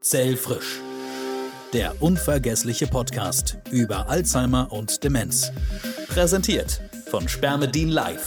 Zellfrisch. Der unvergessliche Podcast über Alzheimer und Demenz. Präsentiert von Spermedin Live.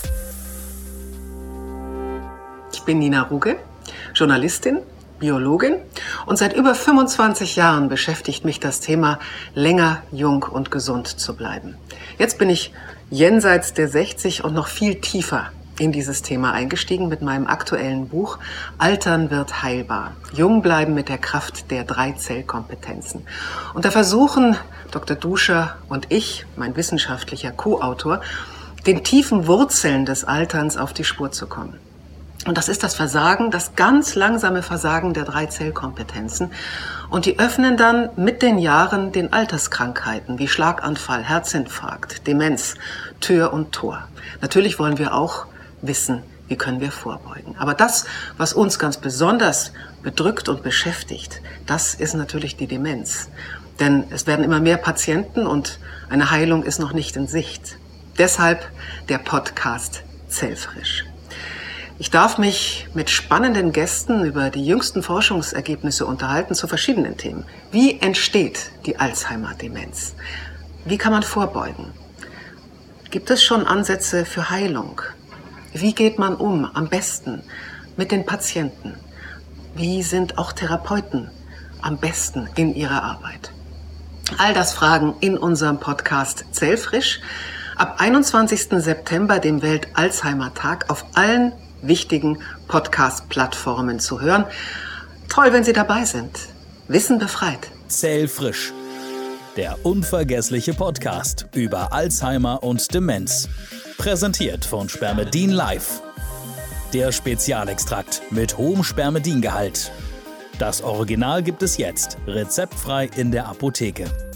Ich bin Nina Ruge, Journalistin, Biologin und seit über 25 Jahren beschäftigt mich das Thema, länger jung und gesund zu bleiben. Jetzt bin ich jenseits der 60 und noch viel tiefer in dieses Thema eingestiegen mit meinem aktuellen Buch Altern wird heilbar. Jung bleiben mit der Kraft der 3 Zellkompetenzen. Und da versuchen Dr. Duscher und ich, mein wissenschaftlicher Co-Autor, den tiefen Wurzeln des Alterns auf die Spur zu kommen. Und das ist das Versagen, das ganz langsame Versagen der 3 Zellkompetenzen. Und die öffnen dann mit den Jahren den Alterskrankheiten wie Schlaganfall, Herzinfarkt, Demenz, Tür und Tor. Natürlich wollen wir auch wissen, wie können wir vorbeugen. Aber das, was uns ganz besonders bedrückt und beschäftigt, das ist natürlich die Demenz. Denn es werden immer mehr Patienten und eine Heilung ist noch nicht in Sicht. Deshalb der Podcast Zellfrisch. Ich darf mich mit spannenden Gästen über die jüngsten Forschungsergebnisse unterhalten zu verschiedenen Themen. Wie entsteht die Alzheimer-Demenz? Wie kann man vorbeugen? Gibt es schon Ansätze für Heilung? Wie geht man am besten mit den Patienten? Wie sind auch Therapeuten am besten in ihrer Arbeit? All das Fragen in unserem Podcast Zellfrisch. Ab 21. September, dem Welt-Alzheimer-Tag, auf allen wichtigen Podcast-Plattformen zu hören. Toll, wenn Sie dabei sind. Wissen befreit. Zellfrisch. Der unvergessliche Podcast über Alzheimer und Demenz. Präsentiert von Spermedin Live. Der Spezialextrakt mit hohem Spermidingehalt. Das Original gibt es jetzt, rezeptfrei in der Apotheke.